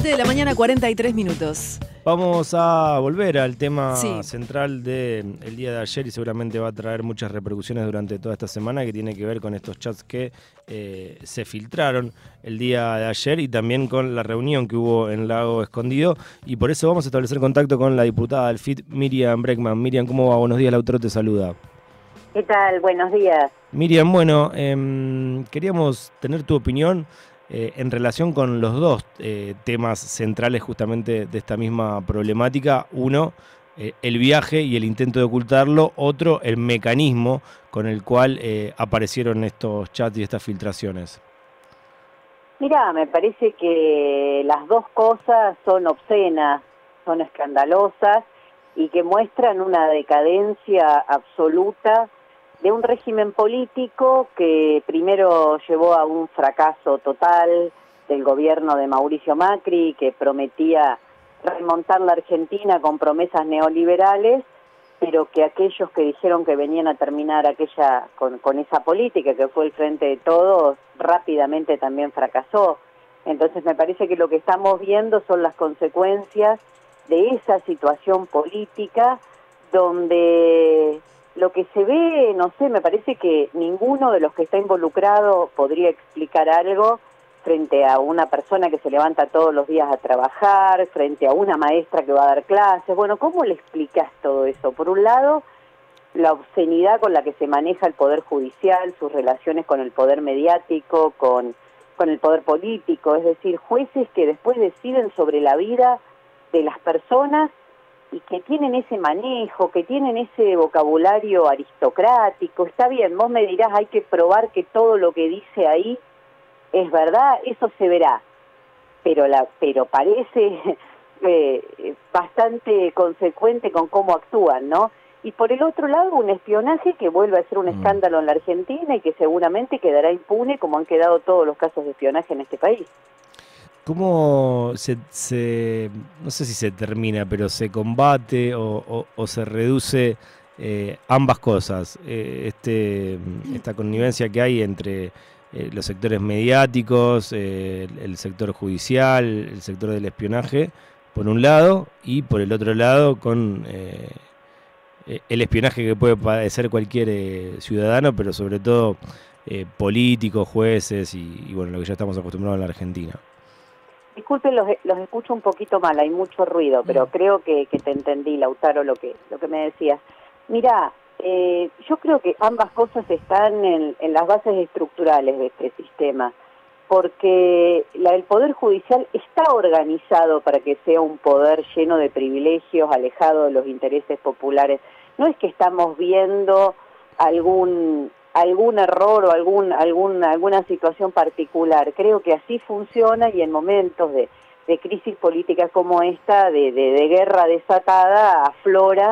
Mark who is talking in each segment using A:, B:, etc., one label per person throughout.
A: 7 de la mañana, 43 minutos.
B: Vamos a volver al tema
A: Sí.
B: central del día de ayer y seguramente va a traer muchas repercusiones durante toda esta semana, que tiene que ver con estos chats que se filtraron el día de ayer y también con la reunión que hubo en Lago Escondido, y por eso vamos a establecer contacto con la diputada del FIT, Miriam Breckman. Miriam, ¿cómo va? Buenos días, Lautaro te saluda.
C: ¿Qué tal? Buenos días.
B: Miriam, bueno, queríamos tener tu opinión en relación con los dos temas centrales justamente de esta misma problemática. Uno, el viaje y el intento de ocultarlo. Otro, el mecanismo con el cual aparecieron estos chats y estas filtraciones.
C: Mirá, me parece que las dos cosas son obscenas, son escandalosas y que muestran una decadencia absoluta de un régimen político que primero llevó a un fracaso total del gobierno de Mauricio Macri, que prometía remontar la Argentina con promesas neoliberales, pero que aquellos que dijeron que venían a terminar con esa política, que fue el Frente de Todos, rápidamente también fracasó. Entonces me parece que lo que estamos viendo son las consecuencias de esa situación política donde lo que se ve, no sé, me parece que ninguno de los que está involucrado podría explicar algo frente a una persona que se levanta todos los días a trabajar, frente a una maestra que va a dar clases. Bueno, ¿cómo le explicas todo eso? Por un lado, la obscenidad con la que se maneja el Poder Judicial, sus relaciones con el poder mediático, con el poder político, es decir, jueces que después deciden sobre la vida de las personas y que tienen ese manejo, que tienen ese vocabulario aristocrático. Está bien, vos me dirás, hay que probar que todo lo que dice ahí es verdad, eso se verá, pero parece bastante consecuente con cómo actúan, ¿no? Y por el otro lado, un espionaje que vuelve a ser un escándalo en la Argentina y que seguramente quedará impune como han quedado todos los casos de espionaje en este país.
B: ¿Cómo no sé si se termina, pero se combate o se reduce ambas cosas? Esta connivencia que hay entre los sectores mediáticos, el sector judicial, el sector del espionaje, por un lado, y por el otro lado con el espionaje que puede padecer cualquier ciudadano, pero sobre todo políticos, jueces y bueno, lo que ya estamos acostumbrados en la Argentina.
C: Disculpen, los escucho un poquito mal, hay mucho ruido, pero creo que te entendí, Lautaro, lo que me decías. Mirá, yo creo que ambas cosas están en las bases estructurales de este sistema, porque el Poder Judicial está organizado para que sea un poder lleno de privilegios, alejado de los intereses populares. No es que estamos viendo algún error o alguna situación particular. Creo que así funciona y en momentos de crisis política como esta, de guerra desatada, aflora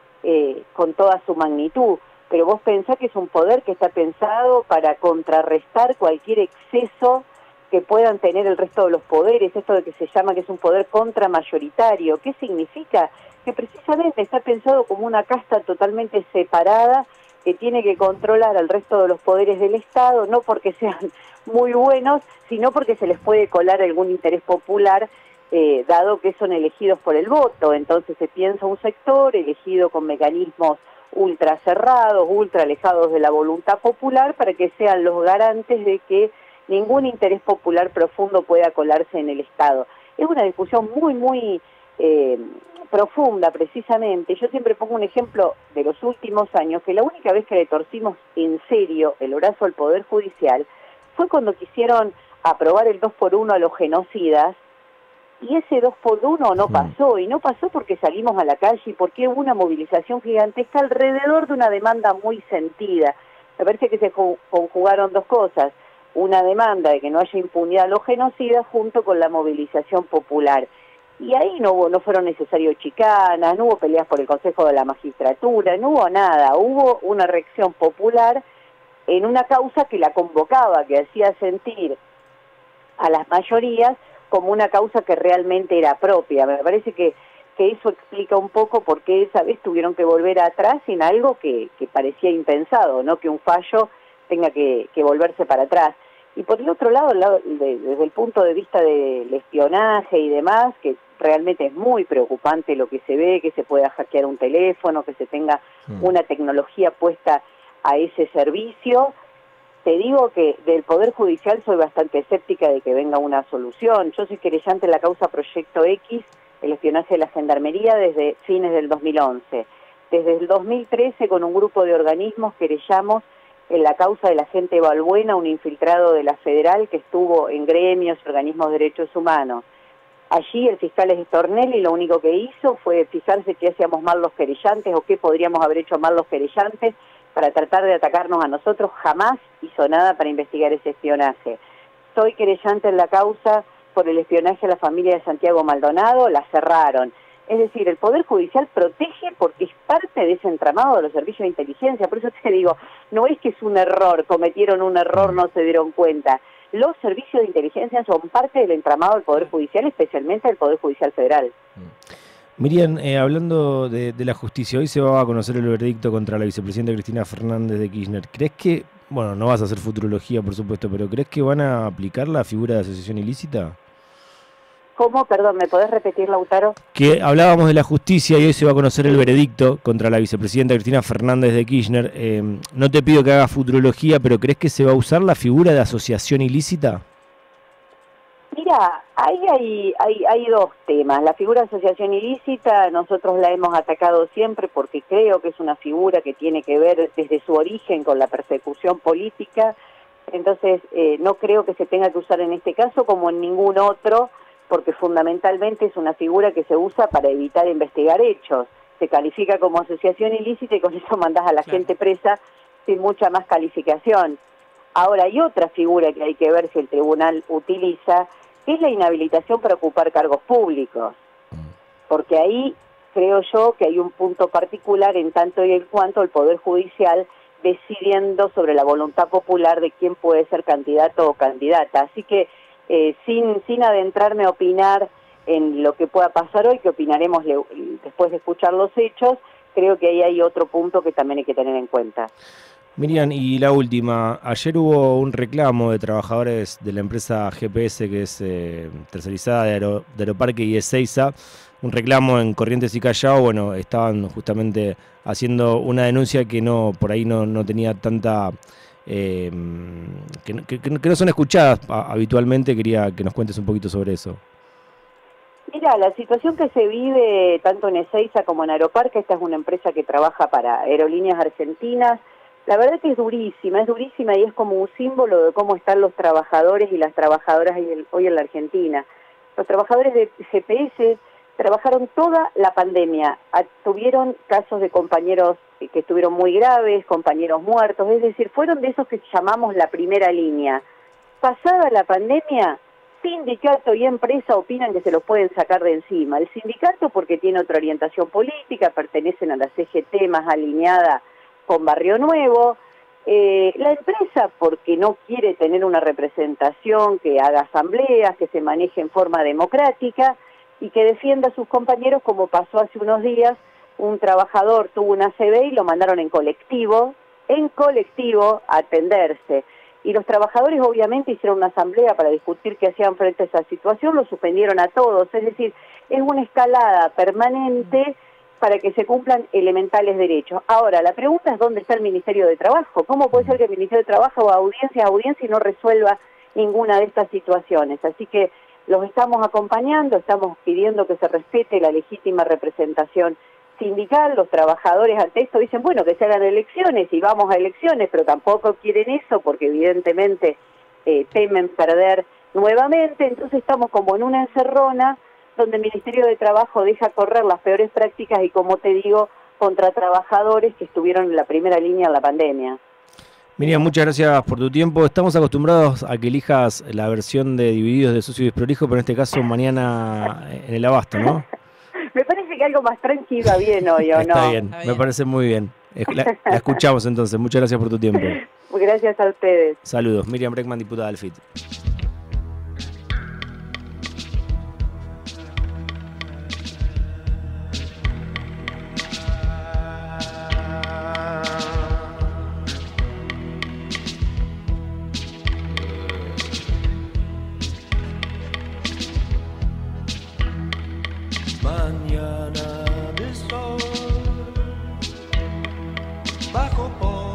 C: con toda su magnitud. Pero vos pensás que es un poder que está pensado para contrarrestar cualquier exceso que puedan tener el resto de los poderes, esto de que se llama que es un poder contramayoritario. ¿Qué significa? Que precisamente está pensado como una casta totalmente separada que tiene que controlar al resto de los poderes del Estado, no porque sean muy buenos, sino porque se les puede colar algún interés popular, dado que son elegidos por el voto. Entonces se piensa un sector elegido con mecanismos ultra cerrados, ultra alejados de la voluntad popular, para que sean los garantes de que ningún interés popular profundo pueda colarse en el Estado. Es una discusión muy profunda, precisamente. Yo siempre pongo un ejemplo de los últimos años, que la única vez que le torcimos en serio el brazo al Poder Judicial fue cuando quisieron aprobar el 2x1 a los genocidas, y ese 2x1 no pasó, y no pasó porque salimos a la calle y porque hubo una movilización gigantesca alrededor de una demanda muy sentida. Me parece que se conjugaron dos cosas, una demanda de que no haya impunidad a los genocidas junto con la movilización popular. Y ahí no fueron necesarios chicanas, no hubo peleas por el Consejo de la Magistratura, no hubo nada, hubo una reacción popular en una causa que la convocaba, que hacía sentir a las mayorías como una causa que realmente era propia. Me parece que eso explica un poco por qué esa vez tuvieron que volver atrás en algo que parecía impensado, ¿no? Que un fallo tenga que volverse para atrás. Y por el otro lado, desde el punto de vista del espionaje y demás, que realmente es muy preocupante lo que se ve, que se pueda hackear un teléfono, que se tenga una tecnología puesta a ese servicio. Te digo que del Poder Judicial soy bastante escéptica de que venga una solución. Yo soy querellante en la causa Proyecto X, el espionaje de la Gendarmería, desde fines del 2011. Desde el 2013, con un grupo de organismos, querellamos en la causa del agente Balbuena, un infiltrado de la Federal que estuvo en gremios y organismos de derechos humanos. Allí el fiscal Stornelli lo único que hizo fue fijarse qué hacíamos mal los querellantes o qué podríamos haber hecho mal los querellantes para tratar de atacarnos a nosotros. Jamás hizo nada para investigar ese espionaje. Soy querellante en la causa por el espionaje a la familia de Santiago Maldonado, la cerraron. Es decir, el Poder Judicial protege porque es parte de ese entramado de los servicios de inteligencia. Por eso te digo, no es que es un error, cometieron un error, no se dieron cuenta. Los servicios de inteligencia son parte del entramado del Poder Judicial, especialmente del Poder Judicial Federal.
B: Miriam, hablando de la justicia, hoy se va a conocer el veredicto contra la vicepresidenta Cristina Fernández de Kirchner. ¿Crees que, bueno, no vas a hacer futurología, por supuesto, pero ¿crees que van a aplicar la figura de asociación ilícita?
C: ¿Cómo? Perdón, ¿me podés repetir, Lautaro?
B: Que hablábamos de la justicia y hoy se va a conocer el veredicto contra la vicepresidenta Cristina Fernández de Kirchner. No te pido que hagas futurología, pero ¿crees que se va a usar la figura de asociación ilícita?
C: Mira, ahí hay dos temas. La figura de asociación ilícita nosotros la hemos atacado siempre porque creo que es una figura que tiene que ver desde su origen con la persecución política. Entonces no creo que se tenga que usar en este caso como en ningún otro, porque fundamentalmente es una figura que se usa para evitar investigar hechos. Se califica como asociación ilícita y con eso mandás a la gente presa sin mucha más calificación. Ahora, hay otra figura que hay que ver si el tribunal utiliza, que es la inhabilitación para ocupar cargos públicos. Porque ahí creo yo que hay un punto particular en tanto y en cuanto el Poder Judicial decidiendo sobre la voluntad popular de quién puede ser candidato o candidata. Así que sin adentrarme a opinar en lo que pueda pasar hoy, que opinaremos después de escuchar los hechos, creo que ahí hay otro punto que también hay que tener en cuenta.
B: Miriam, y la última, ayer hubo un reclamo de trabajadores de la empresa GPS, que es tercerizada de Aeroparque y Ezeiza, un reclamo en Corrientes y Callao. Bueno, estaban justamente haciendo una denuncia que por ahí no tenía tanta... que no son escuchadas habitualmente. Quería que nos cuentes un poquito sobre eso.
C: Mira, la situación que se vive tanto en Ezeiza como en Aeroparque, esta es una empresa que trabaja para Aerolíneas Argentinas, la verdad que es durísima y es como un símbolo de cómo están los trabajadores y las trabajadoras hoy en la Argentina. Los trabajadores de GPS trabajaron toda la pandemia, tuvieron casos de compañeros que estuvieron muy graves, compañeros muertos, es decir, fueron de esos que llamamos la primera línea. Pasada la pandemia, sindicato y empresa opinan que se los pueden sacar de encima. El sindicato porque tiene otra orientación política, pertenecen a la CGT más alineada con Barrio Nuevo, la empresa porque no quiere tener una representación que haga asambleas, que se maneje en forma democrática y que defienda a sus compañeros, como pasó hace unos días. Un trabajador tuvo una ACV y lo mandaron en colectivo a atenderse. Y los trabajadores obviamente hicieron una asamblea para discutir qué hacían frente a esa situación, lo suspendieron a todos. Es decir, es una escalada permanente para que se cumplan elementales derechos. Ahora, la pregunta es dónde está el Ministerio de Trabajo. ¿Cómo puede ser que el Ministerio de Trabajo va a audiencia y no resuelva ninguna de estas situaciones? Así que los estamos acompañando, estamos pidiendo que se respete la legítima representación sindical. Los trabajadores ante esto dicen, bueno, que se hagan elecciones y vamos a elecciones, pero tampoco quieren eso porque evidentemente temen perder nuevamente. Entonces estamos como en una encerrona donde el Ministerio de Trabajo deja correr las peores prácticas y, como te digo, contra trabajadores que estuvieron en la primera línea en la pandemia.
B: Miriam, muchas gracias por tu tiempo. Estamos acostumbrados a que elijas la versión de Divididos de Socio y Desprolijo, pero en este caso mañana en el Abasto, ¿no?
C: Me parece que algo más tranquilo bien hoy, ¿o no?
B: Está bien, me parece muy bien. La escuchamos entonces. Muchas gracias por tu tiempo.
C: Gracias a ustedes.
B: Saludos. Miriam Breckman, diputada del FIT.
D: bajo por